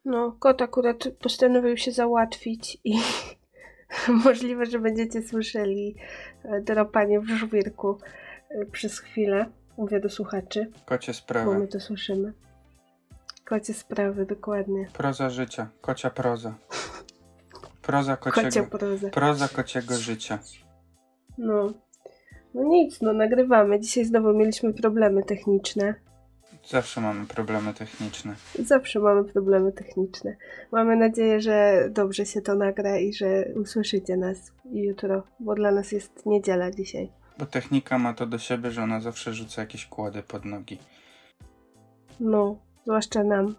No, kot akurat postanowił się załatwić i możliwe, że będziecie słyszeli drapanie w żwirku przez chwilę. Mówię do słuchaczy. Kocie sprawy. Bo my to słyszymy. Kocie sprawy, dokładnie. Proza życia. Kocia proza. Proza kociego. Kocia proza. Proza kociego życia. No. No nic, nagrywamy. Dzisiaj znowu mieliśmy problemy techniczne. Zawsze mamy problemy techniczne. Zawsze mamy problemy techniczne. Mamy nadzieję, że dobrze się to nagra i że usłyszycie nas jutro, bo dla nas jest niedziela dzisiaj. Bo technika ma to do siebie, że ona zawsze rzuca jakieś kłody pod nogi. No, zwłaszcza nam.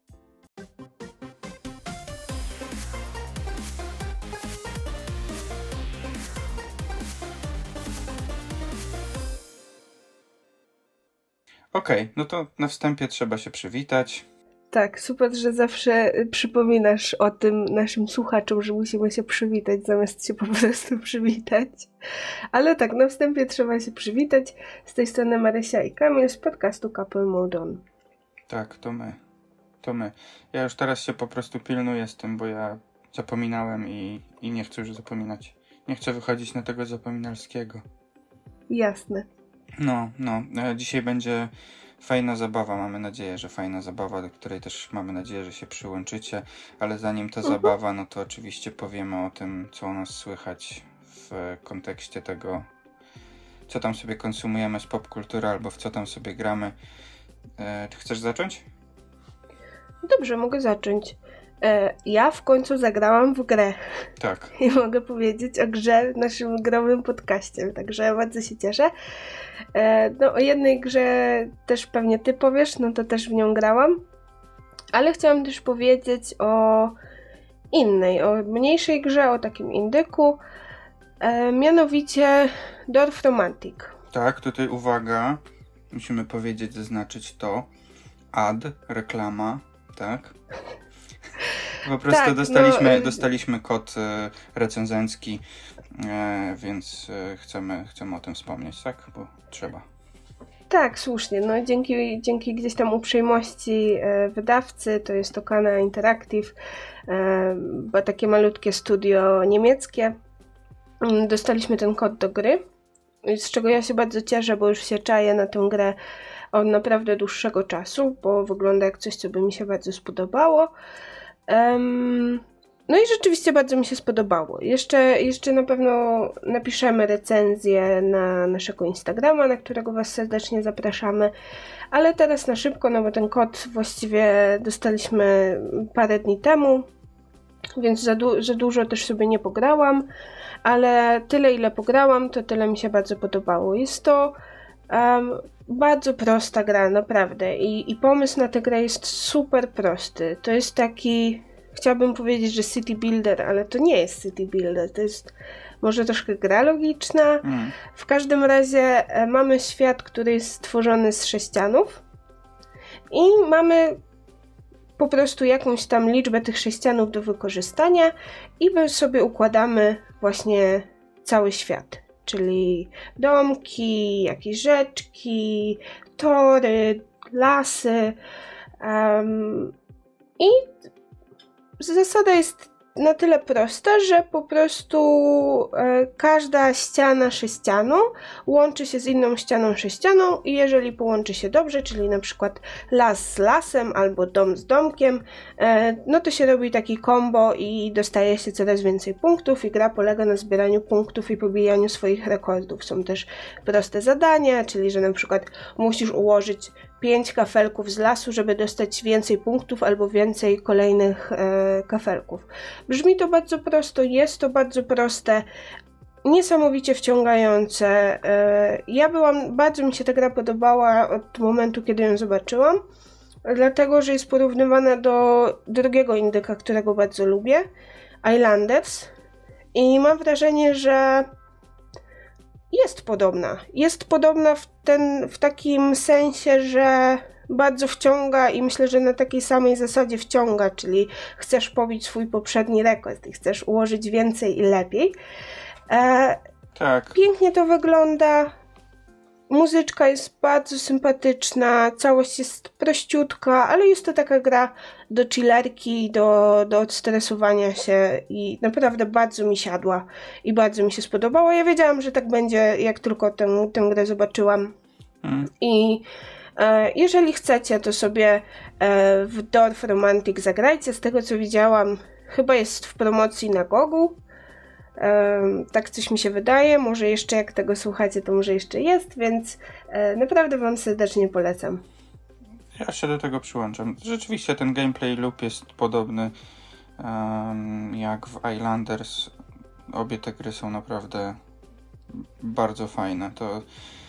Okej, no to na wstępie trzeba się przywitać. Tak, super, że zawsze przypominasz o tym naszym słuchaczom, że musimy się przywitać, zamiast się po prostu przywitać. Ale tak, na wstępie trzeba się przywitać. Z tej strony Marysia i Kamil z podcastu Couple Mode On. Tak, to my. Ja już teraz się po prostu pilnuję z tym, bo ja zapominałem i nie chcę już zapominać. Nie chcę wychodzić na tego zapominalskiego. Jasne. No, dzisiaj będzie fajna zabawa, mamy nadzieję, że fajna zabawa, do której też mamy nadzieję, że się przyłączycie, ale zanim ta zabawa, no to oczywiście powiemy o tym, co u nas słychać w kontekście tego, co tam sobie konsumujemy z popkultury albo w co tam sobie gramy. Czy chcesz zacząć? Dobrze, mogę zacząć. Ja w końcu zagrałam w grę. Tak. I mogę powiedzieć o grze w naszym growym podcaście, także bardzo się cieszę. O jednej grze też pewnie ty powiesz, no to też w nią grałam. Ale chciałam też powiedzieć o innej, o mniejszej grze, o takim indyku. Mianowicie Dorf Romantic. Tak, tutaj uwaga, musimy powiedzieć, zaznaczyć to. Reklama, tak? Po prostu tak, dostaliśmy kod recenzencki, więc chcemy o tym wspomnieć, tak? Bo trzeba. Tak, słusznie. No, dzięki gdzieś tam uprzejmości wydawcy, to jest to Kana Interactive, bo takie malutkie studio niemieckie, dostaliśmy ten kod do gry, z czego ja się bardzo cieszę, bo już się czaję na tę grę od naprawdę dłuższego czasu, bo wygląda jak coś, co by mi się bardzo spodobało. No i rzeczywiście bardzo mi się spodobało. Jeszcze na pewno napiszemy recenzję na naszego Instagrama, na którego was serdecznie zapraszamy. Ale teraz na szybko, no bo ten kod właściwie dostaliśmy parę dni temu, więc za dużo też sobie nie pograłam, ale tyle ile pograłam, to tyle mi się bardzo podobało. Jest to bardzo prosta gra, naprawdę. I pomysł na tę grę jest super prosty. To jest taki, chciałabym powiedzieć, że city builder, ale to nie jest city builder. To jest może troszkę gra logiczna. W każdym razie mamy świat, który jest stworzony z sześcianów i mamy po prostu jakąś tam liczbę tych sześcianów do wykorzystania i my sobie układamy właśnie cały świat. Czyli domki, jakieś rzeczki, tory, lasy. I zasada jest na tyle prosta, że po prostu każda ściana sześcianą łączy się z inną ścianą sześcianą i jeżeli połączy się dobrze, czyli na przykład las z lasem albo dom z domkiem, no to się robi taki combo i dostaje się coraz więcej punktów i gra polega na zbieraniu punktów i pobijaniu swoich rekordów. Są też proste zadania, czyli że na przykład musisz ułożyć 5 kafelków z lasu, żeby dostać więcej punktów albo więcej kolejnych kafelków. Brzmi to bardzo prosto, jest to bardzo proste, niesamowicie wciągające. Bardzo mi się ta gra podobała od momentu, kiedy ją zobaczyłam, dlatego, że jest porównywana do drugiego indyka, którego bardzo lubię, Islanders, i mam wrażenie, że jest podobna. Jest podobna w takim sensie, że bardzo wciąga i myślę, że na takiej samej zasadzie wciąga, czyli chcesz pobić swój poprzedni rekord i chcesz ułożyć więcej i lepiej. Tak. Pięknie to wygląda. Muzyczka jest bardzo sympatyczna, całość jest prościutka, ale jest to taka gra do chillerki, do odstresowania się i naprawdę bardzo mi siadła i bardzo mi się spodobała. Ja wiedziałam, że tak będzie, jak tylko tę grę zobaczyłam. I jeżeli chcecie, to sobie w Dorf Romantik zagrajcie. Z tego co widziałam, chyba jest w promocji na Gogu. Tak coś mi się wydaje. Może jeszcze jak tego słuchacie, to może jeszcze jest, więc naprawdę wam serdecznie polecam. Ja się do tego przyłączam. Rzeczywiście ten gameplay loop jest podobny jak w Islanders. Obie te gry są naprawdę bardzo fajne. To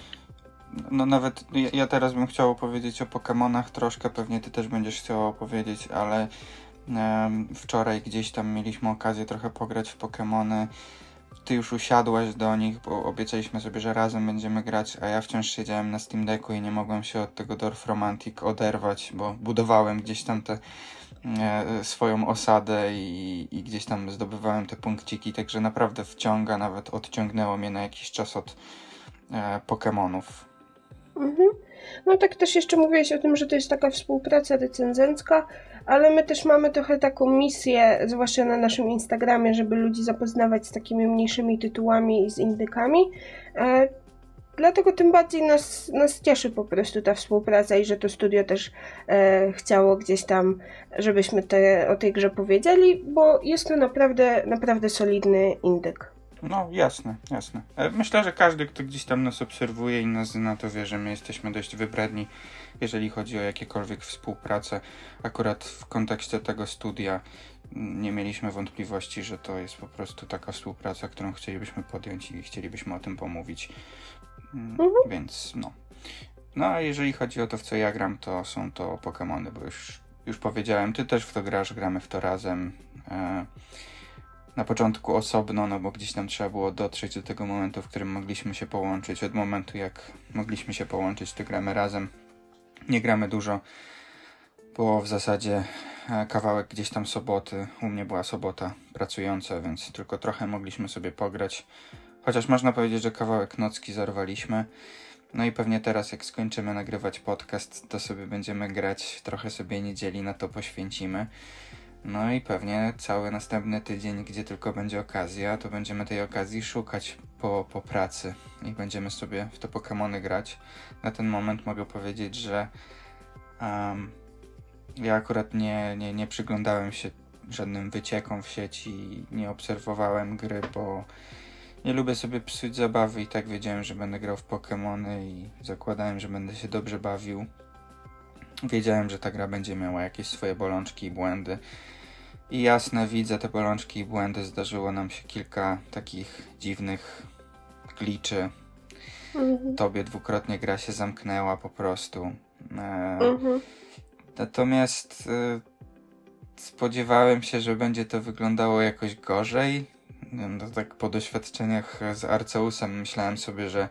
no nawet ja teraz bym chciał opowiedzieć o Pokemonach troszkę, pewnie ty też będziesz chciał opowiedzieć, ale wczoraj gdzieś tam mieliśmy okazję trochę pograć w Pokemony. Ty już usiadłaś do nich, bo obiecaliśmy sobie, że razem będziemy grać, a ja wciąż siedziałem na Steam Decku i nie mogłem się od tego Dorf Romantik oderwać, bo budowałem gdzieś tam swoją osadę i gdzieś tam zdobywałem te punkciki, także naprawdę wciąga, nawet odciągnęło mnie na jakiś czas od Pokemonów. No tak też jeszcze mówiłeś o tym, że to jest taka współpraca recenzencka, ale my też mamy trochę taką misję, zwłaszcza na naszym Instagramie, żeby ludzi zapoznawać z takimi mniejszymi tytułami i z indykami. Dlatego tym bardziej nas cieszy po prostu ta współpraca i że to studio też chciało gdzieś tam, żebyśmy o tej grze powiedzieli, bo jest to naprawdę solidny indyk. No jasne. Myślę, że każdy, kto gdzieś tam nas obserwuje i nas zna, to wie, że my jesteśmy dość wybredni, jeżeli chodzi o jakiekolwiek współpracę. Akurat w kontekście tego studia nie mieliśmy wątpliwości, że to jest po prostu taka współpraca, którą chcielibyśmy podjąć i chcielibyśmy o tym pomówić. Więc no. No a jeżeli chodzi o to, w co ja gram, to są to Pokemony, bo już powiedziałem, ty też w to grasz, gramy w to razem. Na początku osobno, no bo gdzieś tam trzeba było dotrzeć do tego momentu, w którym mogliśmy się połączyć. Od momentu, jak mogliśmy się połączyć, to gramy razem. Nie gramy dużo, bo w zasadzie kawałek gdzieś tam soboty. U mnie była sobota pracująca, więc tylko trochę mogliśmy sobie pograć. Chociaż można powiedzieć, że kawałek nocki zarwaliśmy. No i pewnie teraz, jak skończymy nagrywać podcast, to sobie będziemy grać. Trochę sobie niedzieli na to poświęcimy. No i pewnie cały następny tydzień, gdzie tylko będzie okazja, to będziemy tej okazji szukać po pracy i będziemy sobie w te Pokemony grać. Na ten moment mogę powiedzieć, że ja akurat nie przyglądałem się żadnym wyciekom w sieci, nie obserwowałem gry, bo nie lubię sobie psuć zabawy i tak wiedziałem, że będę grał w Pokemony i zakładałem, że będę się dobrze bawił. Wiedziałem, że ta gra będzie miała jakieś swoje bolączki i błędy. I jasne, widzę te bolączki i błędy. Zdarzyło nam się kilka takich dziwnych glitchy. Tobie dwukrotnie gra się zamknęła po prostu. Natomiast spodziewałem się, że będzie to wyglądało jakoś gorzej. No, tak po doświadczeniach z Arceusem myślałem sobie, że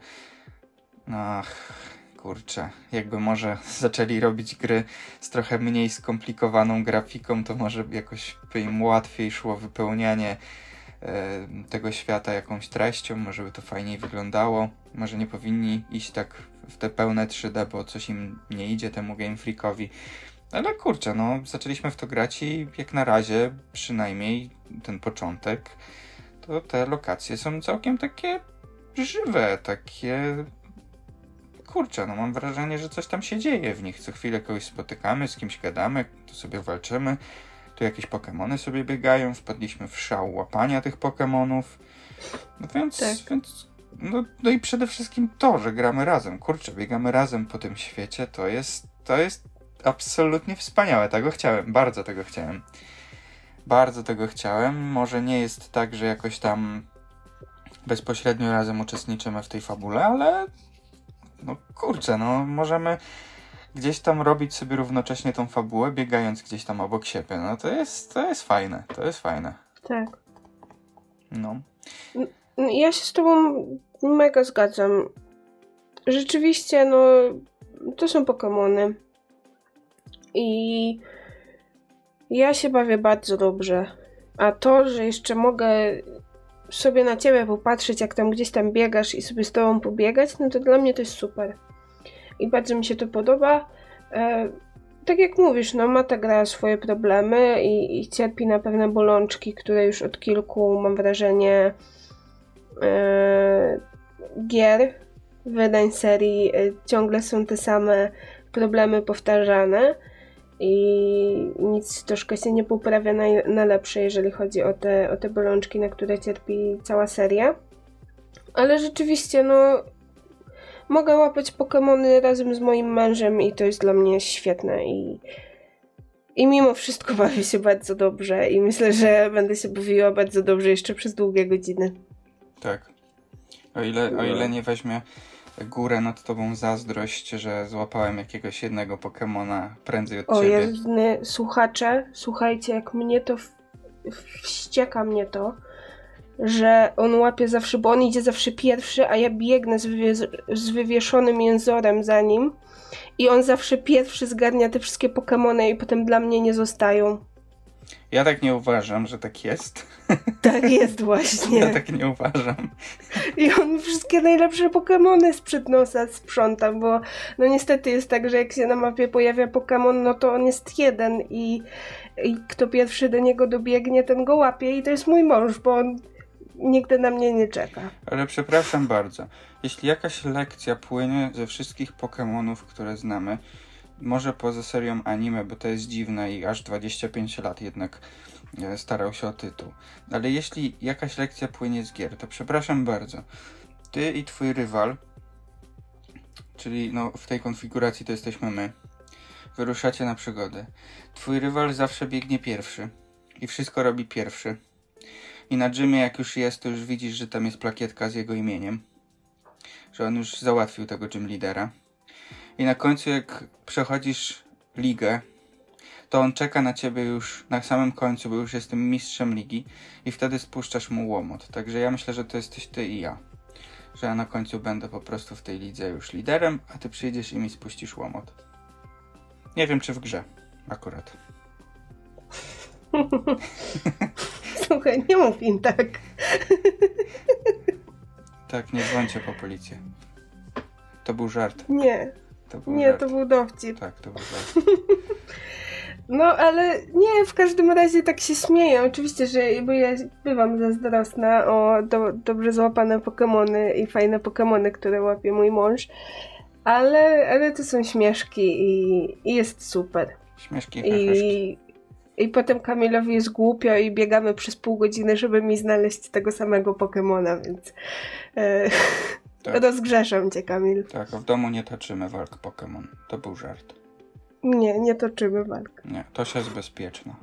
kurczę, jakby może zaczęli robić gry z trochę mniej skomplikowaną grafiką, to może jakoś by im łatwiej szło wypełnianie tego świata jakąś treścią, może by to fajniej wyglądało. Może nie powinni iść tak w te pełne 3D, bo coś im nie idzie temu Game Freakowi. Ale kurczę, no zaczęliśmy w to grać i jak na razie, przynajmniej ten początek, to te lokacje są całkiem takie żywe, takie... Kurczę, no mam wrażenie, że coś tam się dzieje w nich. Co chwilę kogoś spotykamy, z kimś gadamy, to sobie walczymy. Tu jakieś Pokemony sobie biegają, wpadliśmy w szał łapania tych Pokemonów. No więc, Tak. no i przede wszystkim to, że gramy razem. Kurczę, biegamy razem po tym świecie, to jest absolutnie wspaniałe. Tego chciałem, bardzo tego chciałem. Bardzo tego chciałem. Może nie jest tak, że jakoś tam bezpośrednio razem uczestniczymy w tej fabule, ale no kurczę, no możemy gdzieś tam robić sobie równocześnie tą fabułę, biegając gdzieś tam obok siebie. No to jest fajne, to jest fajne. Tak. No. Ja się z tobą mega zgadzam. Rzeczywiście, no to są Pokemony. I ja się bawię bardzo dobrze. A to, że jeszcze mogę sobie na ciebie popatrzeć, jak tam gdzieś tam biegasz i sobie z tobą pobiegać, no to dla mnie to jest super. I bardzo mi się to podoba. Tak jak mówisz, no ma ta gra swoje problemy i cierpi na pewne bolączki, które już od kilku, mam wrażenie, gier, wydań serii ciągle są te same problemy powtarzane i nic troszkę się nie poprawia na lepsze, jeżeli chodzi o te bolączki, na które cierpi cała seria. Ale rzeczywiście, no mogę łapać Pokemony razem z moim mężem i to jest dla mnie świetne i mimo wszystko bawię się bardzo dobrze i myślę, że będę się bawiła bardzo dobrze jeszcze przez długie godziny. Tak. O ile nie weźmie górę nad tobą zazdrość, że złapałem jakiegoś jednego Pokemona prędzej od ciebie. Jezdny słuchacze, słuchajcie, jak mnie to wścieka mnie to, że on łapie zawsze, bo on idzie zawsze pierwszy, a ja biegnę z wywieszonym jęzorem za nim i on zawsze pierwszy zgarnia te wszystkie Pokemony i potem dla mnie nie zostają. Ja tak nie uważam, że tak jest. Tak jest właśnie. Ja tak nie uważam. I on wszystkie najlepsze Pokemony sprzed nosa sprząta, bo no niestety jest tak, że jak się na mapie pojawia Pokemon, no to on jest jeden i kto pierwszy do niego dobiegnie, ten go łapie i to jest mój mąż, bo on nigdy na mnie nie czeka. Ale przepraszam bardzo, jeśli jakaś lekcja płynie ze wszystkich Pokemonów, które znamy, może poza serią anime, bo to jest dziwne i aż 25 lat jednak starał się o tytuł. Ale jeśli jakaś lekcja płynie z gier, to przepraszam bardzo, ty i twój rywal, czyli no w tej konfiguracji to jesteśmy my, wyruszacie na przygodę. Twój rywal zawsze biegnie pierwszy i wszystko robi pierwszy. I na gymie jak już jest, to już widzisz, że tam jest plakietka z jego imieniem. Że on już załatwił tego gym lidera. I na końcu jak przechodzisz ligę, to on czeka na ciebie już na samym końcu, bo już jestem mistrzem ligi i wtedy spuszczasz mu łomot. Także ja myślę, że to jesteś ty i ja. Że ja na końcu będę po prostu w tej lidze już liderem, a ty przyjdziesz i mi spuścisz łomot. Nie wiem, czy w grze akurat. Słuchaj, nie mów im tak. Tak, nie dzwońcie po policję. To był żart. Nie. To był dowcip. Tak, to był żart. No, ale nie, w każdym razie tak się śmieję. Oczywiście, że bo ja bywam zazdrosna o dobrze złapane Pokemony i fajne Pokemony, które łapie mój mąż. Ale to są śmieszki i jest super. Śmieszki i heheszki. I potem Kamilowi jest głupio i biegamy przez pół godziny, żeby mi znaleźć tego samego Pokemona, więc tak. Rozgrzeszam cię, Kamil. Tak, a w domu nie toczymy walk Pokémon. To był żart. Nie toczymy walk. Nie, Tosia jest bezpieczna.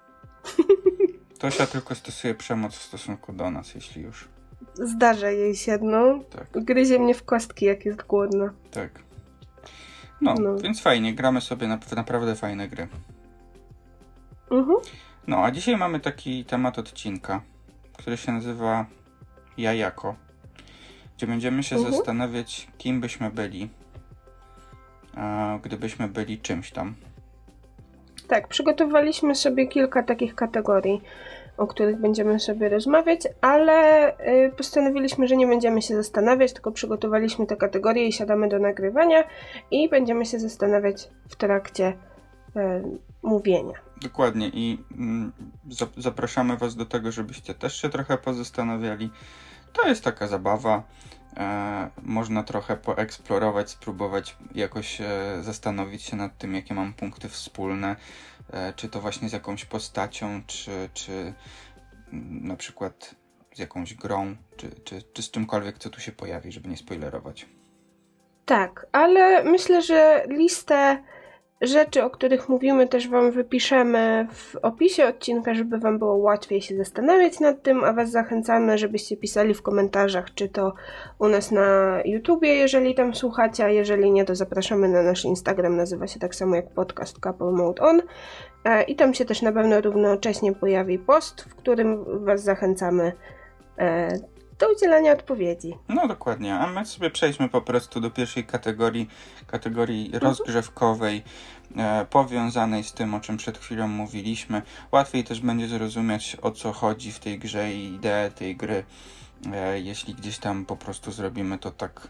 Tosia tylko stosuje przemoc w stosunku do nas, jeśli już. Zdarza jej się, no. Tak. Gryzie mnie w kostki, jak jest głodna. Tak. No, więc fajnie, gramy sobie w naprawdę fajne gry. No, a dzisiaj mamy taki temat odcinka, który się nazywa Ja jako, gdzie będziemy się zastanawiać, kim byśmy byli, gdybyśmy byli czymś tam. Tak, przygotowaliśmy sobie kilka takich kategorii, o których będziemy sobie rozmawiać, ale postanowiliśmy, że nie będziemy się zastanawiać, tylko przygotowaliśmy te kategorie i siadamy do nagrywania i będziemy się zastanawiać w trakcie mówienia. Dokładnie i zapraszamy was do tego, żebyście też się trochę pozastanawiali. To jest taka zabawa, można trochę poeksplorować, spróbować jakoś zastanowić się nad tym, jakie mam punkty wspólne, czy to właśnie z jakąś postacią, czy na przykład z jakąś grą, czy z czymkolwiek, co tu się pojawi, żeby nie spoilerować. Tak, ale myślę, że listę rzeczy, o których mówimy, też wam wypiszemy w opisie odcinka, żeby wam było łatwiej się zastanawiać nad tym, a was zachęcamy, żebyście pisali w komentarzach, czy to u nas na YouTubie, jeżeli tam słuchacie, a jeżeli nie, to zapraszamy na nasz Instagram, nazywa się tak samo jak podcast Couple Mode On i tam się też na pewno równocześnie pojawi post, w którym was zachęcamy do udzielania odpowiedzi. No dokładnie, a my sobie przejdźmy po prostu do pierwszej kategorii rozgrzewkowej, powiązanej z tym, o czym przed chwilą mówiliśmy. Łatwiej też będzie zrozumieć, o co chodzi w tej grze i ideę tej gry, jeśli gdzieś tam po prostu zrobimy to tak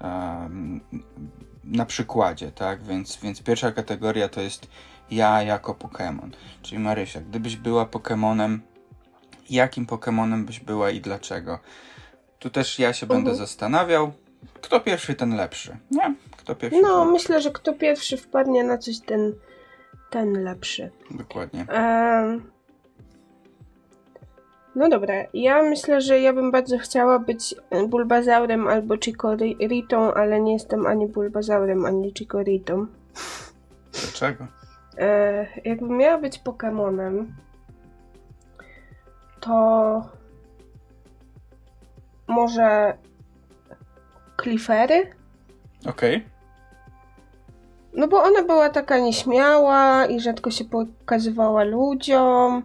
na przykładzie, tak? Więc pierwsza kategoria to jest ja jako Pokémon. Czyli Marysia, gdybyś była Pokémonem, jakim Pokémonem byś była i dlaczego? Tu też ja się będę zastanawiał, kto pierwszy, ten lepszy. Nie? Kto pierwszy, No, ten myślę, że kto pierwszy wpadnie na coś, ten lepszy. Dokładnie. No dobra, ja myślę, że ja bym bardzo chciała być Bulbazaurem albo Chikorritą, ale nie jestem ani Bulbazaurem, ani Chikorritą. Dlaczego? Jakbym miała być Pokémonem, to może Clefairy? Okej. No bo ona była taka nieśmiała i rzadko się pokazywała ludziom.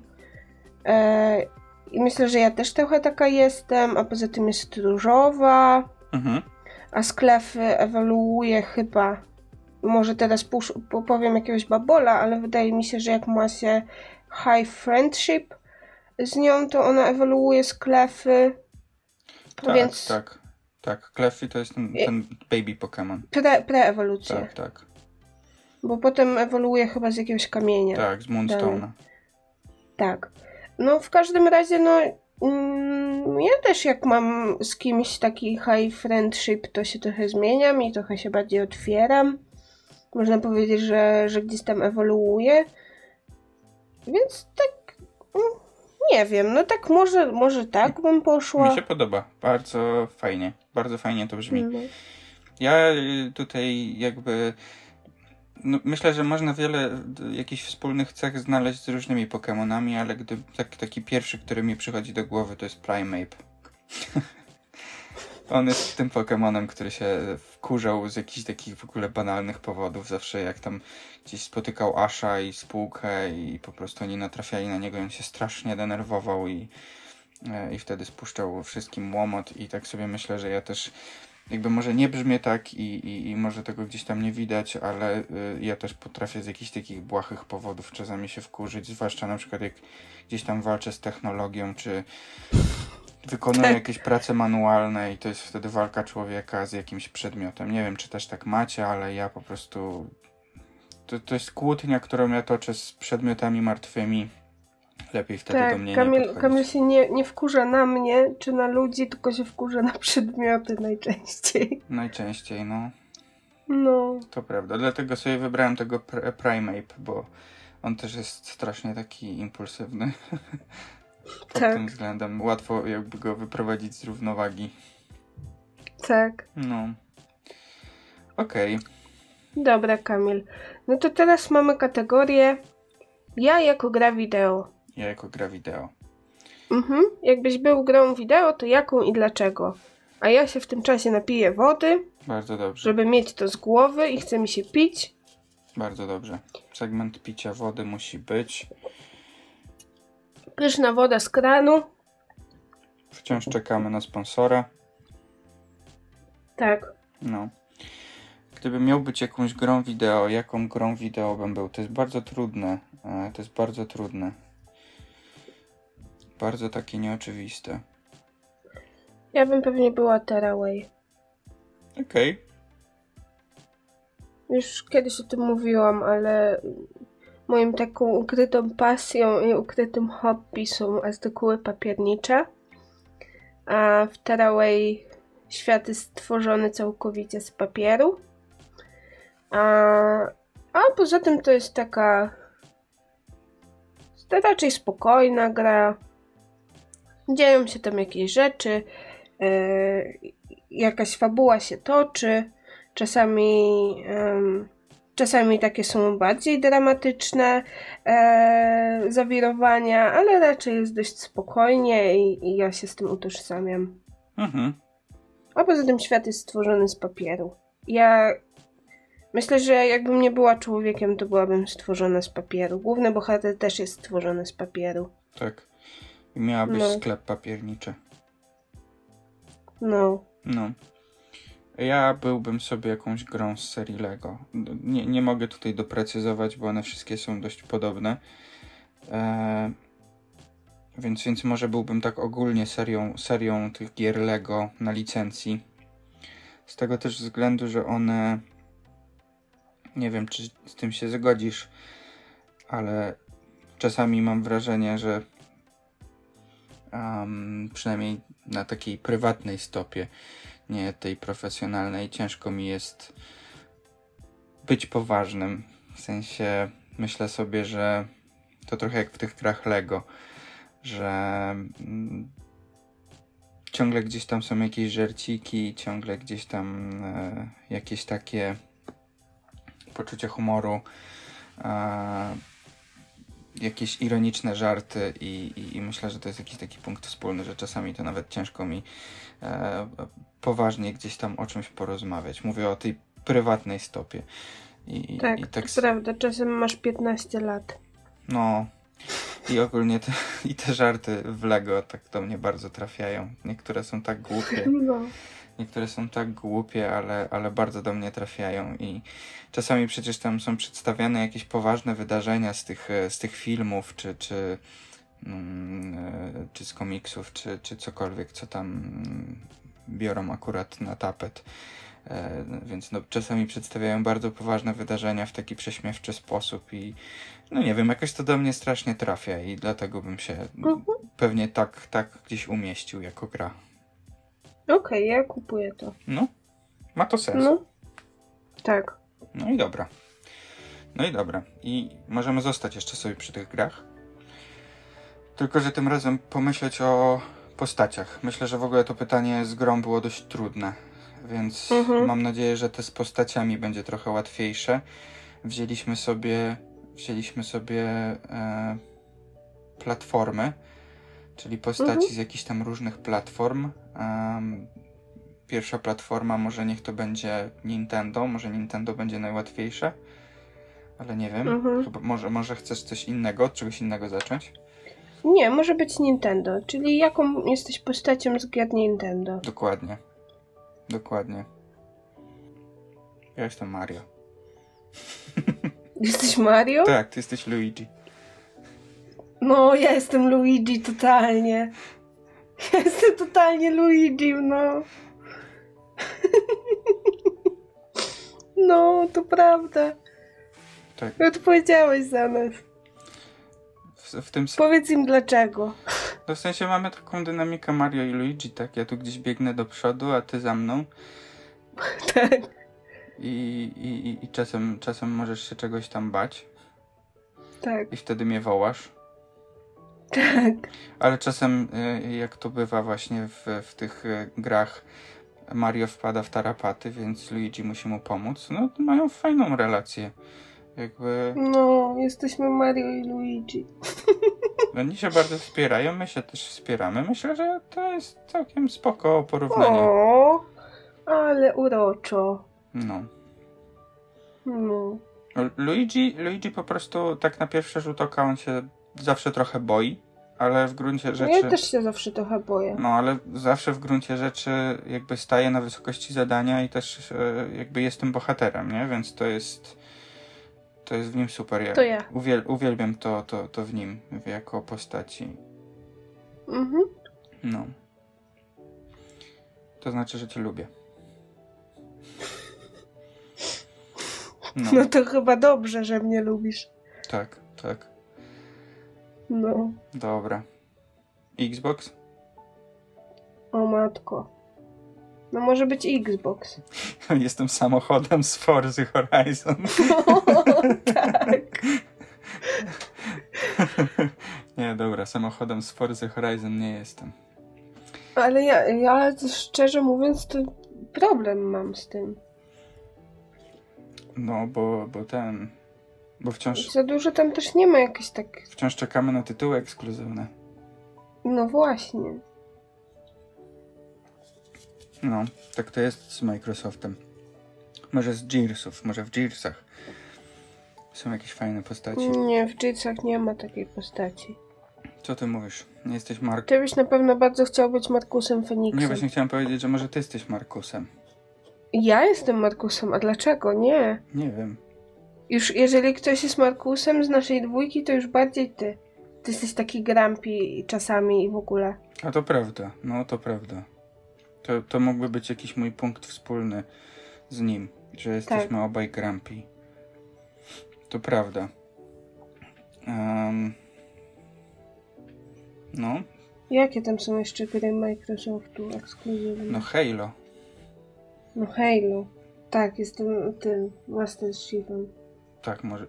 I myślę, że ja też trochę taka jestem, a poza tym jest różowa. A Sklefy ewoluuje chyba. Może teraz powiem jakiegoś babola, ale wydaje mi się, że jak ma się High Friendship z nią, to ona ewoluuje Sklefy. Tak, Więc... tak. Klefy to jest ten baby Pokémon. Pre-ewolucja. Tak. Bo potem ewoluuje chyba z jakiegoś kamienia. Tak, z Moonstone'a. Tak. No w każdym razie, no ja też jak mam z kimś taki high friendship, to się trochę zmieniam i trochę się bardziej otwieram. Można powiedzieć, że gdzieś tam ewoluuje. Więc tak, nie wiem, no tak może tak bym poszła. Mi się podoba, bardzo fajnie to brzmi. Ja tutaj jakby... No, myślę, że można wiele jakichś wspólnych cech znaleźć z różnymi Pokémonami, ale taki pierwszy, który mi przychodzi do głowy, to jest Primeape. On jest tym Pokémonem, który się wkurzał z jakichś takich w ogóle banalnych powodów. Zawsze jak tam gdzieś spotykał Asha i spółkę i po prostu oni natrafiali na niego, on się strasznie denerwował i wtedy spuszczał wszystkim łomot i tak sobie myślę, że ja też jakby może nie brzmię tak i może tego gdzieś tam nie widać, ale ja też potrafię z jakichś takich błahych powodów czasami się wkurzyć, zwłaszcza na przykład jak gdzieś tam walczę z technologią, czy wykonuję jakieś prace manualne i to jest wtedy walka człowieka z jakimś przedmiotem. Nie wiem, czy też tak macie, ale ja po prostu... To jest kłótnia, którą ja toczę z przedmiotami martwymi. Lepiej wtedy do mnie nie podchodzić. Kamil się nie wkurza na mnie czy na ludzi, tylko się wkurza na przedmioty najczęściej. Najczęściej, no. No. To prawda. Dlatego sobie wybrałem tego Primeape, bo on też jest strasznie taki impulsywny. Pod tym względem. Łatwo jakby go wyprowadzić z równowagi. Tak. No. Okej. Dobra, Kamil. No to teraz mamy kategorię ja jako gra wideo. Ja jako gra wideo. Jakbyś był grą wideo, to jaką i dlaczego? A ja się w tym czasie napiję wody. Bardzo dobrze. Żeby mieć to z głowy i chce mi się pić. Bardzo dobrze. Segment picia wody musi być. Pyszna woda z kranu. Wciąż czekamy na sponsora. Tak. No. Gdybym miał być jakąś grą wideo, jaką grą wideo bym był? To jest bardzo trudne. Bardzo takie nieoczywiste. Ja bym pewnie była Terraway. Okej. Już kiedyś o tym mówiłam, ale moim taką ukrytą pasją i ukrytym hobby są artykuły papiernicze. A w Terraway świat jest stworzony całkowicie z papieru. A poza tym to jest taka raczej spokojna gra. Dzieją się tam jakieś rzeczy. Jakaś fabuła się toczy. Czasami takie są bardziej dramatyczne zawirowania, ale raczej jest dość spokojnie i ja się z tym utożsamiam. A poza tym świat jest stworzony z papieru. Ja myślę, że jakbym nie była człowiekiem, to byłabym stworzona z papieru. Główny bohater też jest stworzony z papieru. Tak. I miałabyś sklep papierniczy. No. No. Ja byłbym sobie jakąś grą z serii Lego. Nie mogę tutaj doprecyzować, bo one wszystkie są dość podobne. Więc może byłbym tak ogólnie serią tych gier Lego na licencji. Z tego też względu, że one... Nie wiem, czy z tym się zgodzisz, ale czasami mam wrażenie, że przynajmniej na takiej prywatnej stopie, nie tej profesjonalnej, ciężko mi jest być poważnym. W sensie myślę sobie, że to trochę jak w tych grach Lego, że ciągle gdzieś tam są jakieś żarciki, ciągle gdzieś tam jakieś takie poczucie humoru, jakieś ironiczne żarty i myślę, że to jest jakiś taki punkt wspólny, że czasami to nawet ciężko mi poważnie gdzieś tam o czymś porozmawiać. Mówię o tej prywatnej stopie. Tak, to prawda. Czasem masz 15 lat. No. I ogólnie te żarty w Lego tak do mnie bardzo trafiają. Niektóre są tak głupie. No. Niektóre są tak głupie, ale bardzo do mnie trafiają i czasami przecież tam są przedstawiane jakieś poważne wydarzenia z tych filmów, czy z komiksów, czy cokolwiek, co tam biorą akurat na tapet. Więc no, czasami przedstawiają bardzo poważne wydarzenia w taki prześmiewczy sposób i no nie wiem, jakoś to do mnie strasznie trafia i dlatego bym się pewnie tak gdzieś umieścił jako gra. Okej, ja kupuję to. No, ma to sens. No, tak. No i dobra. I możemy zostać jeszcze sobie przy tych grach. Tylko, że tym razem pomyśleć o postaciach. Myślę, że w ogóle to pytanie z grą było dość trudne. Więc mam nadzieję, że te z postaciami będzie trochę łatwiejsze. Wzięliśmy sobie platformy, czyli postaci z jakichś tam różnych platform. Pierwsza platforma, może niech to będzie Nintendo, może Nintendo będzie najłatwiejsze, ale nie wiem. Chyba może chcesz coś innego, od czegoś innego zacząć? Nie, może być Nintendo, czyli jaką jesteś postacią z gier Nintendo. Dokładnie. Ja jestem Mario. Jesteś Mario? Tak, ty jesteś Luigi. No, ja jestem Luigi totalnie. Ja jestem totalnie Luigi, no. No, to prawda. Tak. Odpowiedziałeś za nas. Powiedz im dlaczego. No w sensie mamy taką dynamikę Mario i Luigi, tak? Ja tu gdzieś biegnę do przodu, a ty za mną. Tak. I czasem możesz się czegoś tam bać. Tak. I wtedy mnie wołasz. Tak. Ale czasem, jak to bywa właśnie w tych grach, Mario wpada w tarapaty, więc Luigi musi mu pomóc. No, mają fajną relację. Jakby... No, jesteśmy Mario i Luigi. Oni się bardzo wspierają, my się też wspieramy. Myślę, że to jest całkiem spoko porównanie. O, ale uroczo. No. No. Luigi po prostu tak na pierwszy rzut oka on się zawsze trochę boi, ale w gruncie rzeczy... Ja też się zawsze trochę boję. No, ale zawsze w gruncie rzeczy jakby staje na wysokości zadania i też jakby jest tym bohaterem, nie? Więc to jest w nim super. To ja. Uwielbiam to w nim jako postaci. No. To znaczy, że cię lubię. No to chyba dobrze, że mnie lubisz. Tak. No. Dobra. Xbox? O matko. No może być Xbox. Jestem samochodem z Forza Horizon. O, tak. Nie, dobra, samochodem z Forza Horizon nie jestem. Ale ja szczerze mówiąc to problem mam z tym. No, bo wciąż... Za dużo tam też nie ma jakichś tak... Wciąż czekamy na tytuły ekskluzywne. No właśnie. No, tak to jest z Microsoftem. Może z Gearsów, może w Gearsach są jakieś fajne postaci. Nie, w Gearsach nie ma takiej postaci. Co ty mówisz? Nie jesteś Mark... Ty byś na pewno bardzo chciał być Markusem Feniksem. Nie, właśnie chciałem powiedzieć, że może ty jesteś Markusem. Ja jestem Markusem, a dlaczego? Nie. Nie wiem. Już jeżeli ktoś jest Markusem z naszej dwójki, to już bardziej ty. Ty jesteś taki grumpy czasami i w ogóle. A to prawda, no to prawda. To mógłby być jakiś mój punkt wspólny z nim, że jesteśmy obaj grumpy. To prawda. No. Jakie tam są jeszcze gry Microsoftu ekskluzywne? No Halo. No Halo. Tak, jestem tym Master Chiefem. Tak, może.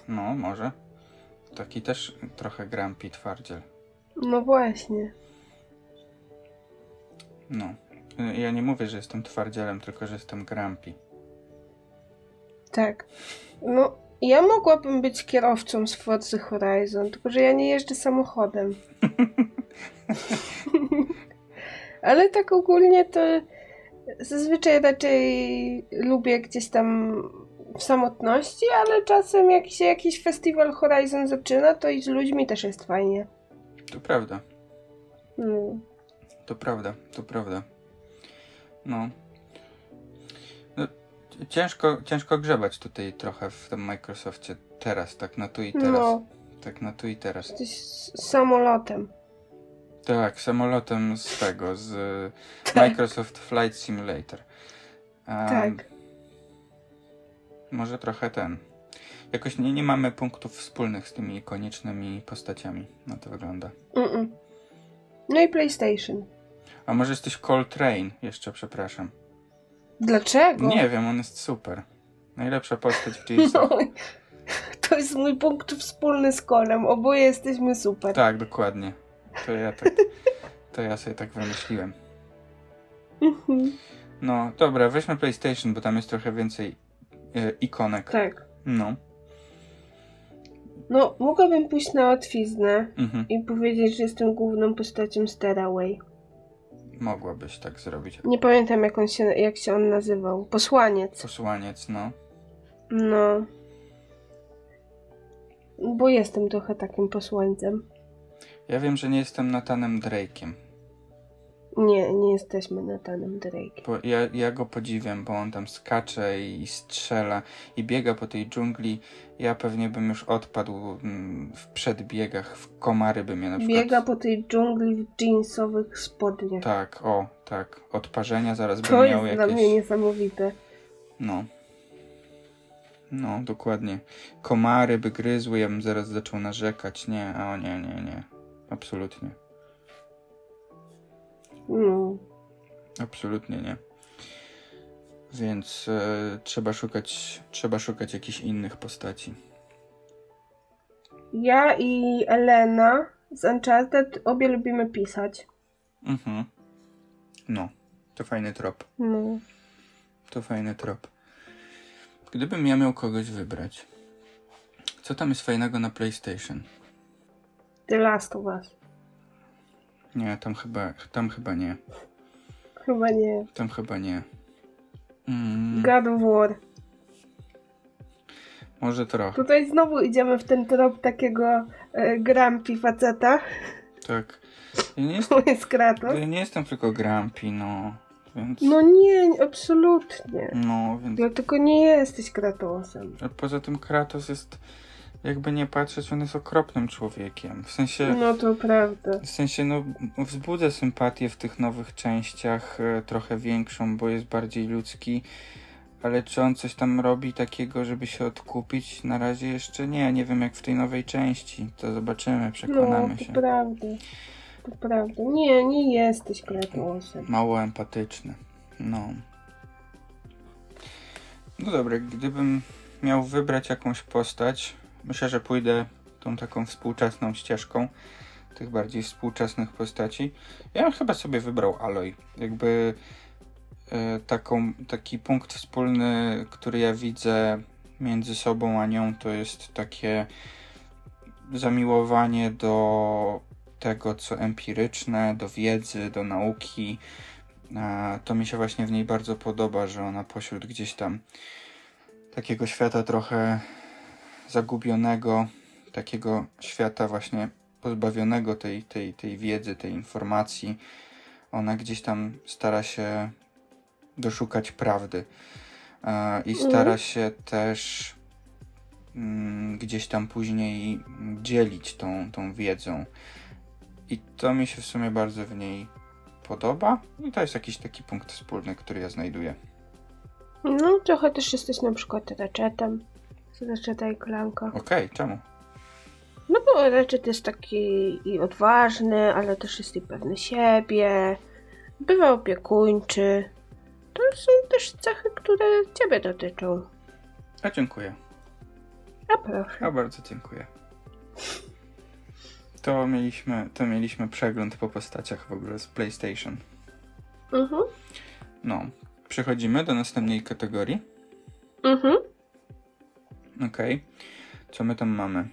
Taki też trochę grumpy twardziel. No właśnie. No. Ja nie mówię, że jestem twardzielem, tylko że jestem grumpy. Tak. No, ja mogłabym być kierowcą z Forza Horizon, tylko że ja nie jeżdżę samochodem. Ale tak ogólnie to zazwyczaj raczej lubię gdzieś tam w samotności, ale czasem jak się jakiś festiwal Horizon zaczyna, to i z ludźmi też jest fajnie. To prawda. To prawda. No. Ciężko grzebać tutaj trochę w tym Microsoftie teraz, tak na tu i teraz. No. Tak na tu i teraz. Jesteś samolotem. Tak, samolotem z Microsoft Flight Simulator. Tak. Może trochę jakoś nie mamy punktów wspólnych z tymi ikonicznymi postaciami. Na to wygląda. No i PlayStation. A może jesteś Coltrane? Jeszcze przepraszam. Dlaczego? Nie wiem, on jest super. Najlepsza postać w Gearsach. No, to jest mój punkt wspólny z Colem. Oboje jesteśmy super. Tak, dokładnie. To ja sobie tak wymyśliłem. No, dobra, weźmy PlayStation, bo tam jest trochę więcej ikonek. Tak. No. No, mogłabym pójść na łatwiznę i powiedzieć, że jestem główną postacią Stairway. Mogłabyś tak zrobić. Nie pamiętam jak się on nazywał. Posłaniec. Posłaniec, no. No. Bo jestem trochę takim posłańcem. Ja wiem, że nie jestem Nathanem Drake'iem. Nie jesteśmy Nathanem Drake'iem. Bo ja go podziwiam, bo on tam skacze i strzela i biega po tej dżungli. Ja pewnie bym już odpadł w przedbiegach, w komary by mnie na przykład... Biega po tej dżungli w jeansowych spodniach. Tak, tak. Odparzenia zaraz bym to miał jest jakieś... dla mnie niesamowite. No, dokładnie. Komary by gryzły, ja bym zaraz zaczął narzekać. Nie. Absolutnie. No. Absolutnie nie. Więc trzeba szukać jakichś innych postaci. Ja i Elena z Uncharted obie lubimy pisać. No, to fajny trop. No. To fajny trop. Gdybym ja miał kogoś wybrać, co tam jest fajnego na PlayStation? The Last of Us. Nie, tam chyba nie. Chyba nie. Tam chyba nie. God of War. Może trochę. Tutaj znowu idziemy w ten trop takiego grumpy faceta. Tak. Jest Kratos. Ja nie jestem tylko grumpy, no. Więc... No nie, absolutnie. No, więc... Dlatego nie jesteś Kratosem. A poza tym Kratos jest, jakby nie patrzeć, on jest okropnym człowiekiem. W sensie... No to prawda. W sensie, no, wzbudza sympatię w tych nowych częściach, trochę większą, bo jest bardziej ludzki. Ale czy on coś tam robi takiego, żeby się odkupić? Na razie jeszcze nie. Nie wiem jak w tej nowej części. To zobaczymy, przekonamy się. No, to prawda. To prawda. Nie jesteś Kratosem. Mało empatyczny. No. No dobra, gdybym miał wybrać jakąś postać, myślę, że pójdę tą taką współczesną ścieżką tych bardziej współczesnych postaci. Ja bym chyba sobie wybrał Aloy. Jakby taki punkt wspólny, który ja widzę między sobą a nią, to jest takie zamiłowanie do tego, co empiryczne, do wiedzy, do nauki. To mi się właśnie w niej bardzo podoba, że ona pośród gdzieś tam takiego świata trochę zagubionego, takiego świata właśnie pozbawionego tej wiedzy, tej informacji. Ona gdzieś tam stara się doszukać prawdy i stara się też gdzieś tam później dzielić tą wiedzą. I to mi się w sumie bardzo w niej podoba. I to jest jakiś taki punkt wspólny, który ja znajduję. No, trochę też jesteś na przykład Ratchetem. Z Ratcheta i Clanka. Okej, czemu? No bo Ratchet jest taki i odważny, ale też jest i pewny siebie. Bywa opiekuńczy. To są też cechy, które ciebie dotyczą. A dziękuję. A proszę. A bardzo dziękuję. To mieliśmy przegląd po postaciach w ogóle z PlayStation. No, przechodzimy do następnej kategorii. Okej. Co my tam mamy?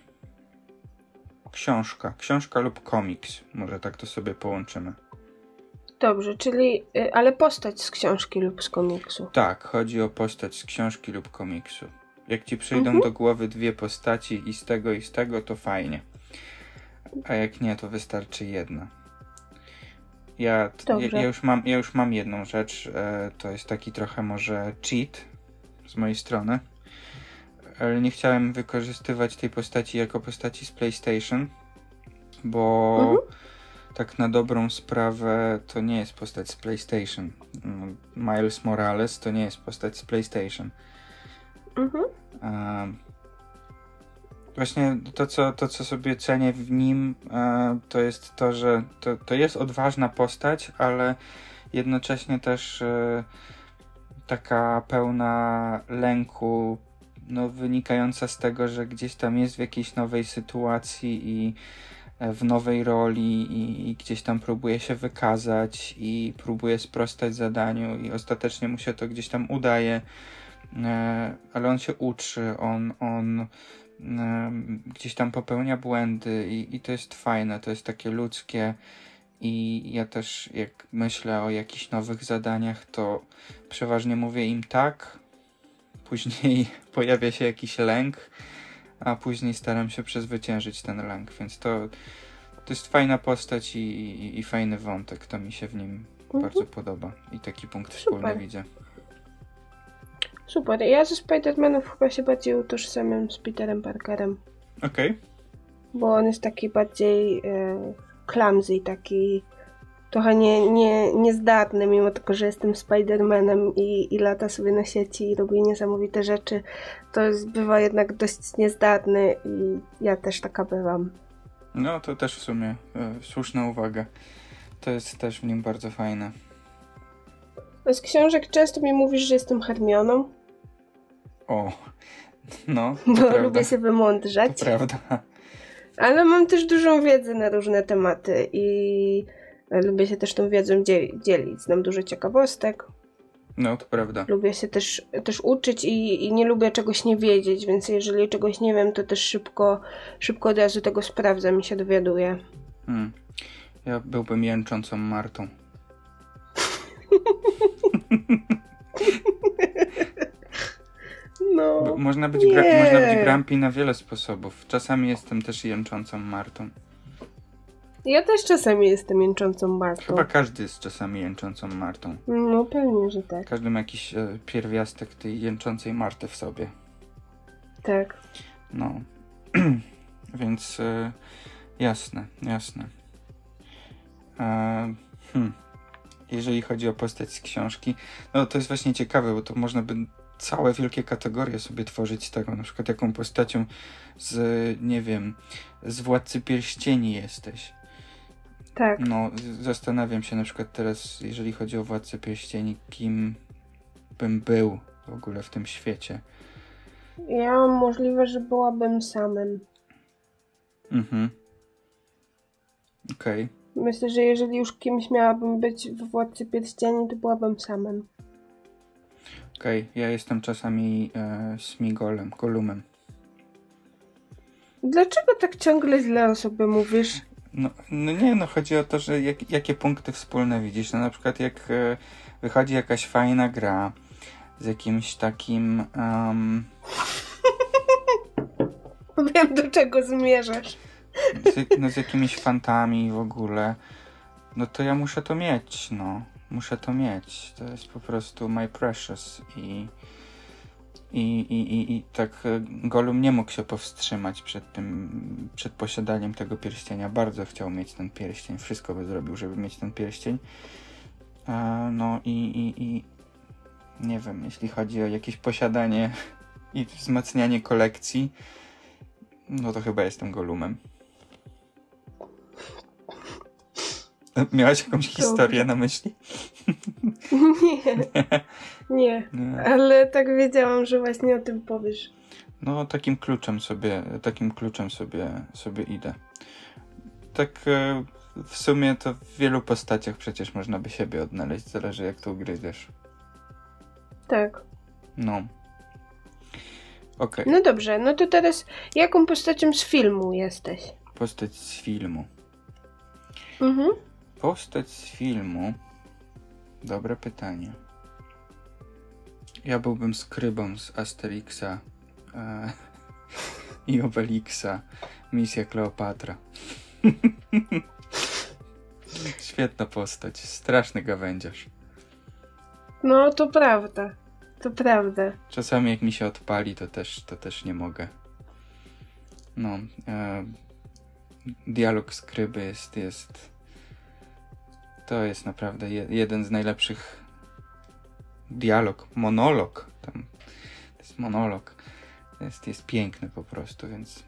Książka lub komiks. Może tak to sobie połączymy. Dobrze, czyli... ale postać z książki lub z komiksu. Tak, chodzi o postać z książki lub komiksu. Jak ci przyjdą do głowy dwie postaci i z tego, to fajnie. A jak nie, to wystarczy jedna. Ja już mam jedną rzecz. To jest taki trochę może cheat z mojej strony. Ale nie chciałem wykorzystywać tej postaci jako postaci z PlayStation, bo tak na dobrą sprawę to nie jest postać z PlayStation. Miles Morales to nie jest postać z PlayStation. Właśnie to, co sobie cenię w nim, to jest to, że to jest odważna postać, ale jednocześnie też taka pełna lęku, no, wynikająca z tego, że gdzieś tam jest w jakiejś nowej sytuacji i w nowej roli i gdzieś tam próbuje się wykazać i próbuje sprostać zadaniu i ostatecznie mu się to gdzieś tam udaje, ale on się uczy, on gdzieś tam popełnia błędy i to jest fajne, to jest takie ludzkie i ja też jak myślę o jakichś nowych zadaniach, to przeważnie mówię im tak, później pojawia się jakiś lęk, a później staram się przezwyciężyć ten lęk, więc to jest fajna postać i fajny wątek, to mi się w nim bardzo podoba i taki punkt wspólny widzę. Super, ja ze Spider-Manów chyba się bardziej utożsamiam z Peterem Parkerem. Okej. Bo on jest taki bardziej clumsy, taki trochę niezdatny, mimo tego, że jestem Spider-Manem i lata sobie na sieci i robi niesamowite rzeczy, to bywa jednak dość niezdatny i ja też taka bywam. No to też w sumie słuszna uwaga. To jest też w nim bardzo fajne. Z książek często mi mówisz, że jestem Hermioną. O, no. Bo prawda. lubię się wymądrzać. To prawda. Ale mam też dużą wiedzę na różne tematy i lubię się też tą wiedzą dzielić. Znam dużo ciekawostek. No, to prawda. Lubię się też uczyć i nie lubię czegoś nie wiedzieć, więc jeżeli czegoś nie wiem, to też szybko od razu tego sprawdzam i się dowiaduję. Ja byłbym jęczącą Martą. No, można być grumpy na wiele sposobów. Czasami jestem też jęczącą Martą. Ja też czasami jestem jęczącą Martą. Chyba każdy jest czasami jęczącą Martą. No pewnie, że tak. Każdy ma jakiś pierwiastek tej jęczącej Marty w sobie. Tak. No. Więc jasne. Jeżeli chodzi o postać z książki, no to jest właśnie ciekawe, bo to można by całe wielkie kategorie sobie tworzyć z tego, na przykład jaką postacią z, nie wiem, z Władcy Pierścieni jesteś. Tak. No, zastanawiam się na przykład teraz, jeżeli chodzi o Władcę Pierścieni, kim bym był w ogóle w tym świecie. Ja możliwe, że byłabym Samem. Okej. Myślę, że jeżeli już kimś miałabym być w Władcy Pierścieni, to byłabym Samem. Okej, ja jestem czasami Smigolem, Gollumem. Dlaczego tak ciągle źle o sobie mówisz? No chodzi o to, że jakie punkty wspólne widzisz. No na przykład jak wychodzi jakaś fajna gra z jakimś takim... Wiem, do czego zmierzasz. z jakimiś fantami w ogóle, no to ja muszę to mieć, no. Muszę to mieć. To jest po prostu my precious i tak Gollum nie mógł się powstrzymać przed posiadaniem tego pierścienia. Bardzo chciał mieć ten pierścień. Wszystko by zrobił, żeby mieć ten pierścień. No i nie wiem, jeśli chodzi o jakieś posiadanie i wzmacnianie kolekcji, no to chyba jestem Gollumem. Miałaś jakąś historię na myśli? Nie, ale tak wiedziałam, że właśnie o tym powiesz. No takim kluczem sobie idę. Tak w sumie to w wielu postaciach przecież można by siebie odnaleźć, zależy jak to ugryziesz. Tak. No. Okej. No dobrze, no to teraz jaką postacią z filmu jesteś? Postać z filmu. Mhm. Postać z filmu? Dobre pytanie. Ja byłbym skrybą z Asterixa i Obelixa. Misja Kleopatra. Świetna postać. Straszny gawędziarz. No to prawda. To prawda. Czasami jak mi się odpali, to też nie mogę. No. Dialog skryby to jest naprawdę jeden z najlepszych monolog. To jest monolog. Jest piękny po prostu, więc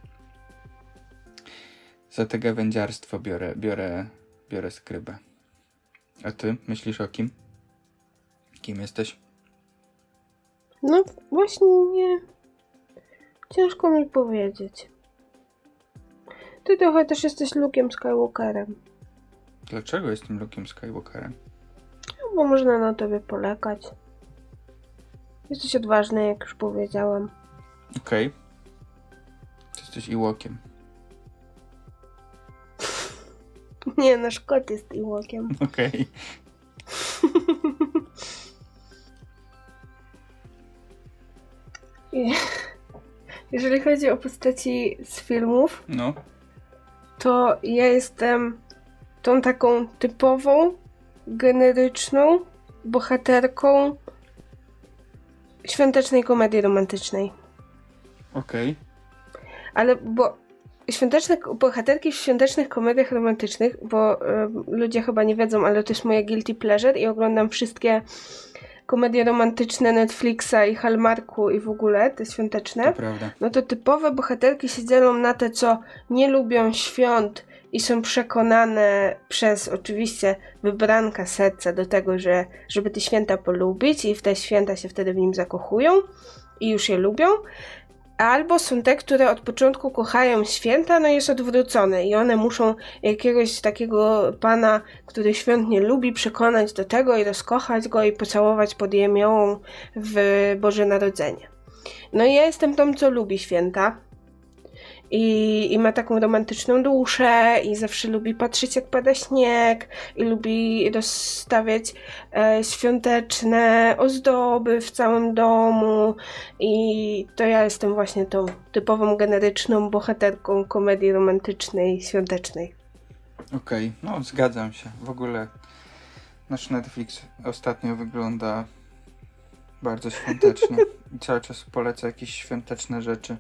za te gawędziarstwo biorę skrybę. A ty myślisz o kim? Kim jesteś? No właśnie nie. Ciężko mi powiedzieć. Ty trochę też jesteś Luke'em Skywalkerem. Dlaczego jestem Luke'em Skywalkerem? No, bo można na tobie polegać. Jesteś odważny, jak już powiedziałam. Okej. Ty jesteś Ewokiem. Nie, nasz kot jest Ewokiem. Okej. Jeżeli chodzi o postaci z filmów, No. to ja jestem tą taką typową, generyczną bohaterką świątecznej komedii romantycznej. Okej. Ale bo bohaterki w świątecznych komediach romantycznych, bo ludzie chyba nie wiedzą, ale to jest moje guilty pleasure i oglądam wszystkie komedie romantyczne Netflixa i Hallmarku i w ogóle, te świąteczne. To prawda. No to typowe bohaterki się dzielą na te, co nie lubią świąt i są przekonane przez oczywiście wybranka serca do tego, żeby te święta polubić i w te święta się wtedy w nim zakochują i już je lubią. Albo są te, które od początku kochają święta, no jest odwrócone i one muszą jakiegoś takiego pana, który świąt nie lubi, przekonać do tego i rozkochać go i pocałować pod jemiołą w Boże Narodzenie. No i ja jestem tą, co lubi święta i ma taką romantyczną duszę i zawsze lubi patrzeć, jak pada śnieg i lubi rozstawiać świąteczne ozdoby w całym domu i to ja jestem właśnie tą typową, generyczną bohaterką komedii romantycznej, świątecznej. Okej, no zgadzam się. W ogóle nasz Netflix ostatnio wygląda bardzo świątecznie i cały czas poleca jakieś świąteczne rzeczy.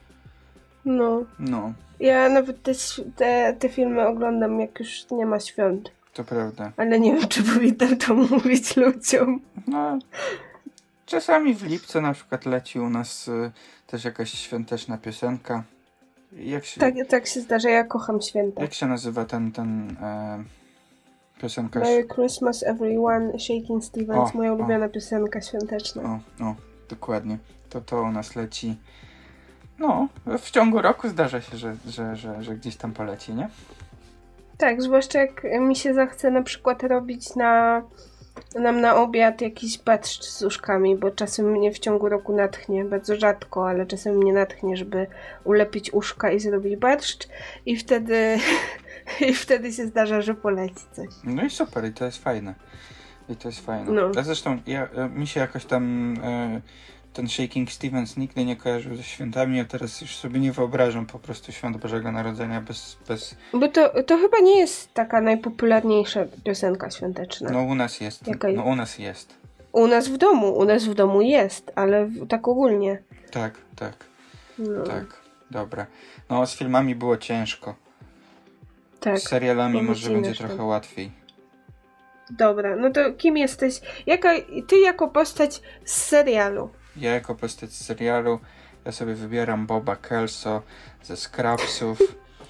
No. Ja nawet te filmy oglądam, jak już nie ma świąt. To prawda. Ale nie wiem, czy powinnam to mówić ludziom. No, czasami w lipcu na przykład leci u nas też jakaś świąteczna piosenka. Tak się zdarza, ja kocham święta. Jak się nazywa ten piosenkarz? Merry Christmas Everyone, Shakin' Stevens, moja ulubiona piosenka świąteczna. Dokładnie. To u nas leci. No, w ciągu roku zdarza się, że gdzieś tam poleci, nie? Tak, zwłaszcza jak mi się zachce na przykład robić nam na obiad jakiś barszcz z uszkami, bo czasem mnie w ciągu roku natchnie, bardzo rzadko, ale czasem mnie natchnie, żeby ulepić uszka i zrobić barszcz i wtedy się zdarza, że poleci coś. No i super, i to jest fajne. No. A zresztą mi się jakoś tam ten Shaking Stevens nigdy nie kojarzył ze świętami, a teraz już sobie nie wyobrażam po prostu świąt Bożego Narodzenia bez... Bo to chyba nie jest taka najpopularniejsza piosenka świąteczna. No u nas jest. Jaka No u nas jest. U nas w domu jest, ale tak ogólnie. Tak, tak, No. tak. Dobra. No z filmami było ciężko. Tak. Z serialami może Wycinasz będzie trochę łatwiej. Dobra, no to kim jesteś? Ty jako postać z serialu. Ja jako postać z serialu, ja sobie wybieram Boba Kelso ze Scrubsów.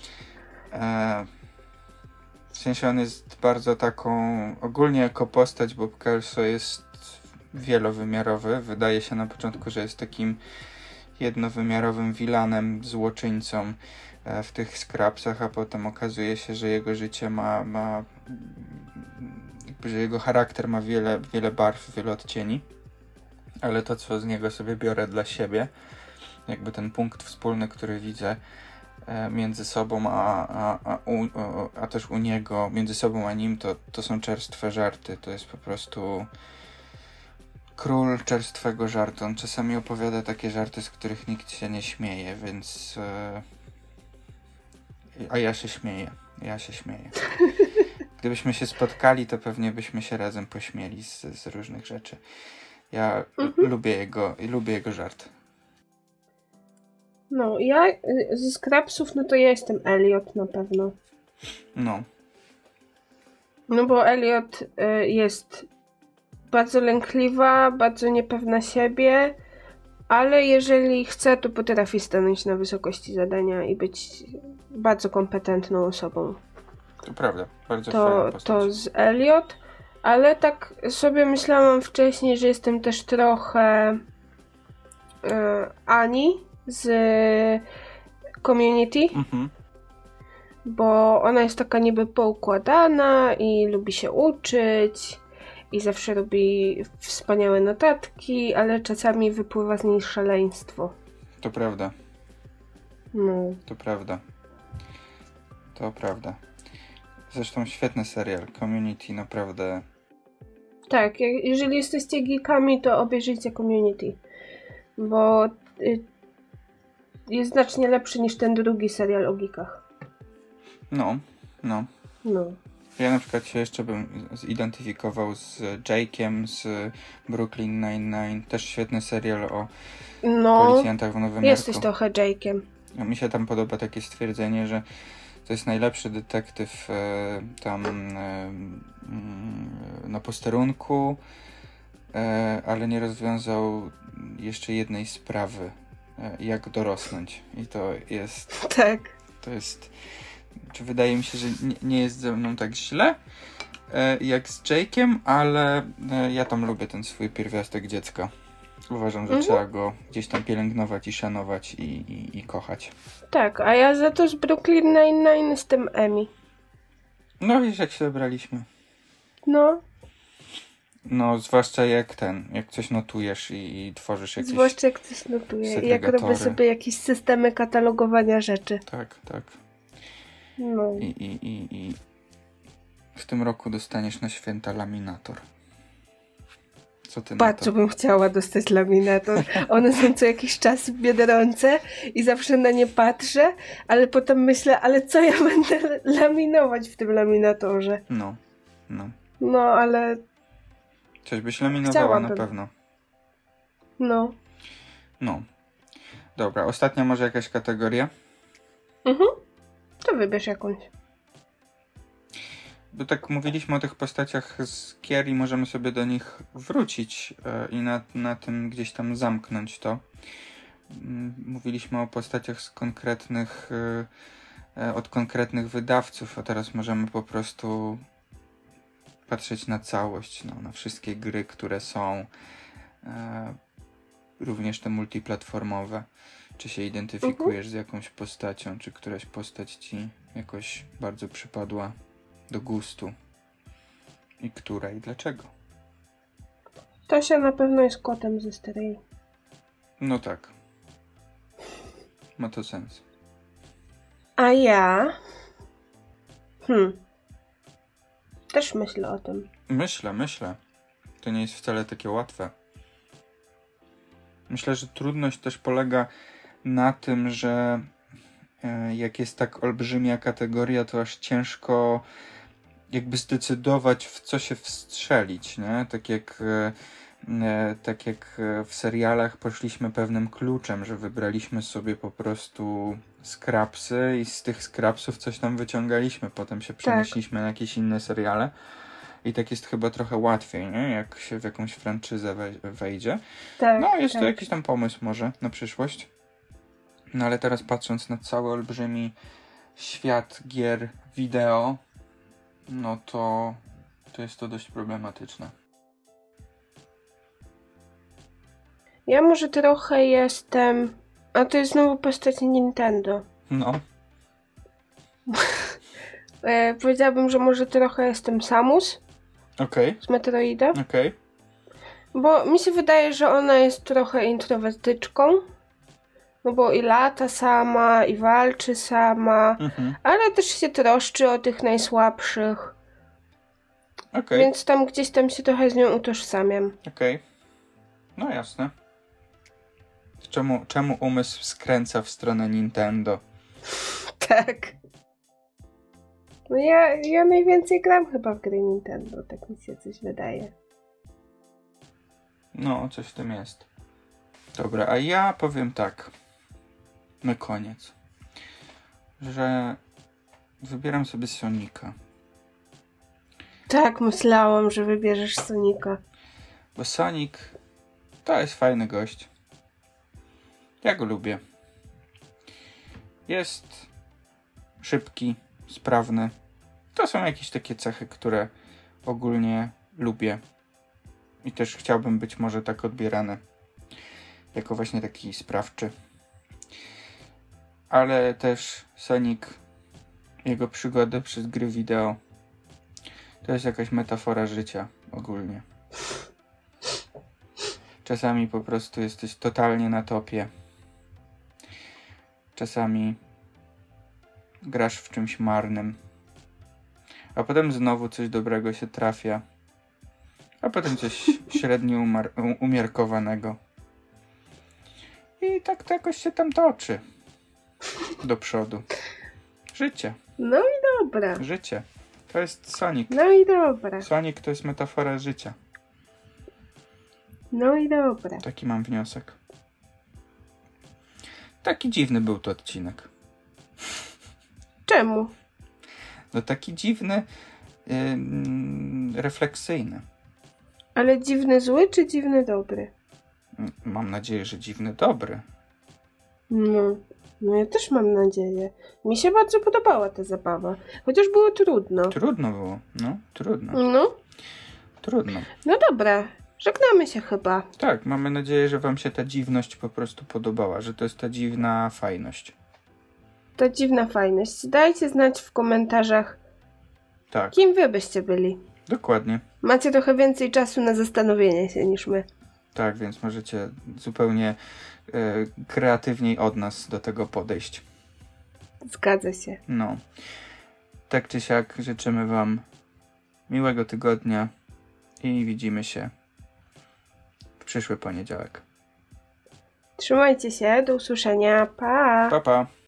W sensie on jest bardzo taką, ogólnie jako postać Bob Kelso jest wielowymiarowy. Wydaje się na początku, że jest takim jednowymiarowym vilanem, złoczyńcą w tych Scrubsach, a potem okazuje się, że jego życie że jego charakter ma wiele barw, wiele odcieni. Ale to, co z niego sobie biorę dla siebie, jakby ten punkt wspólny, który widzę między sobą, a też u niego, między sobą a nim, to są czerstwe żarty. To jest po prostu król czerstwego żartu. On czasami opowiada takie żarty, z których nikt się nie śmieje, więc... A ja się śmieję. Gdybyśmy się spotkali, to pewnie byśmy się razem pośmieli z różnych rzeczy. Ja lubię jego żart. No, ja ze Scrubsów, no to ja jestem Elliot na pewno. No. No bo Elliot jest bardzo lękliwa, bardzo niepewna siebie, ale jeżeli chce, to potrafi stanąć na wysokości zadania i być bardzo kompetentną osobą. To prawda, bardzo fajna postać. To z Elliot, ale tak sobie myślałam wcześniej, że jestem też trochę Ani z Community, bo ona jest taka niby poukładana i lubi się uczyć i zawsze robi wspaniałe notatki, ale czasami wypływa z niej szaleństwo. To prawda. No. To prawda. Zresztą świetny serial. Community naprawdę... Tak, jeżeli jesteście geekami, to obejrzyjcie Community, bo jest znacznie lepszy niż ten drugi serial o geekach. No. No. Ja na przykład się jeszcze bym zidentyfikował z Jake'iem z Brooklyn Nine-Nine. Też świetny serial o policjantach w Nowym Jorku. Jesteś trochę Jake'iem. Mi się tam podoba takie stwierdzenie, że to jest najlepszy detektyw na posterunku, ale nie rozwiązał jeszcze jednej sprawy, jak dorosnąć. I to jest... Tak. To jest... Czy wydaje mi się, że nie jest ze mną tak źle jak z Jake'iem, ale ja tam lubię ten swój pierwiastek dziecka. Uważam, że trzeba go gdzieś tam pielęgnować i szanować i kochać. Tak, a ja za to z Brooklyn Nine-Nine jestem Emi. No wiesz, jak się dobraliśmy. No. No, zwłaszcza jak coś notujesz i tworzysz jakieś... Zwłaszcza jak coś notuję. Jak robię sobie jakieś systemy katalogowania rzeczy. Tak. No. I w tym roku dostaniesz na święta laminator. Co ty na to? Bardzo bym chciała dostać laminator. One są co jakiś czas w Biedronce i zawsze na nie patrzę, ale potem myślę, ale co ja będę laminować w tym laminatorze? No. No, ale... Coś byś laminowała na pewno. No. Dobra, ostatnia może jakaś kategoria? To wybierz jakąś. Bo tak mówiliśmy o tych postaciach z gier i możemy sobie do nich wrócić i na tym gdzieś tam zamknąć to. Mówiliśmy o postaciach z konkretnych, od konkretnych wydawców, a teraz możemy po prostu patrzeć na całość, na wszystkie gry, które są, również te multiplatformowe. Czy się identyfikujesz z jakąś postacią, czy któraś postać ci jakoś bardzo przypadła do gustu? I która i dlaczego? Tosia na pewno jest kotem ze Stray. No tak. Ma to sens. A ja... Też myślę o tym. Myślę. To nie jest wcale takie łatwe. Myślę, że trudność też polega na tym, że jak jest tak olbrzymia kategoria, to aż ciężko jakby zdecydować, w co się wstrzelić, nie? Tak jak w serialach poszliśmy pewnym kluczem, że wybraliśmy sobie po prostu scrapsy i z tych scrapsów coś tam wyciągaliśmy. Potem się przenieśliśmy na jakieś inne seriale. I tak jest chyba trochę łatwiej, nie? Jak się w jakąś franczyzę wejdzie. Tak, No, jest tak. to jakiś tam pomysł może na przyszłość. No ale teraz patrząc na cały olbrzymi świat gier wideo, no to jest to dość problematyczne. Ja może trochę jestem... A to jest znowu postać Nintendo. No, Powiedziałabym, że może trochę jestem Samus okej, z Metroida. okej. Bo mi się wydaje, że ona jest trochę introwertyczką. No bo i lata sama, i walczy sama, ale też się troszczy o tych najsłabszych. Okej, Więc tam gdzieś tam się trochę z nią utożsamiam. okej. No jasne. Czemu umysł skręca w stronę Nintendo? Tak. No ja najwięcej gram chyba w gry Nintendo, tak mi się coś wydaje. No, coś w tym jest. Dobra, a ja powiem tak. Na koniec. Że wybieram sobie Sonika. Tak, myślałam, że wybierzesz Sonika. Bo Sonic to jest fajny gość. Ja go lubię. Jest szybki, sprawny. To są jakieś takie cechy, które ogólnie lubię. I też chciałbym być może tak odbierany. Jako właśnie taki sprawczy. Ale też Sonic, jego przygody przez gry wideo, to jest jakaś metafora życia ogólnie. Czasami po prostu jesteś totalnie na topie. Czasami grasz w czymś marnym. A potem znowu coś dobrego się trafia. A potem coś średnio umiarkowanego. I tak to jakoś się tam toczy. Do przodu. Życie. No i dobra. Życie. To jest Sonic. No i dobra. Sonic to jest metafora życia. No i dobra. Taki mam wniosek. Taki dziwny był to odcinek. Czemu? No taki dziwny, refleksyjny. Ale dziwny zły czy dziwny dobry? Mam nadzieję, że dziwny dobry. No ja też mam nadzieję. Mi się bardzo podobała ta zabawa. Chociaż było trudno. Trudno było. No, trudno. No, Trudno. no dobra. Żegnamy się chyba. Tak, mamy nadzieję, że wam się ta dziwność po prostu podobała. Że to jest ta dziwna fajność. Ta dziwna fajność. Dajcie znać w komentarzach, Tak, kim wy byście byli. dokładnie. Macie trochę więcej czasu na zastanowienie się niż my. Tak, więc możecie zupełnie kreatywniej od nas do tego podejść. Zgadza się. No. Tak czy siak życzymy wam miłego tygodnia i widzimy się w przyszły poniedziałek. Trzymajcie się. Do usłyszenia. Pa! Pa, pa.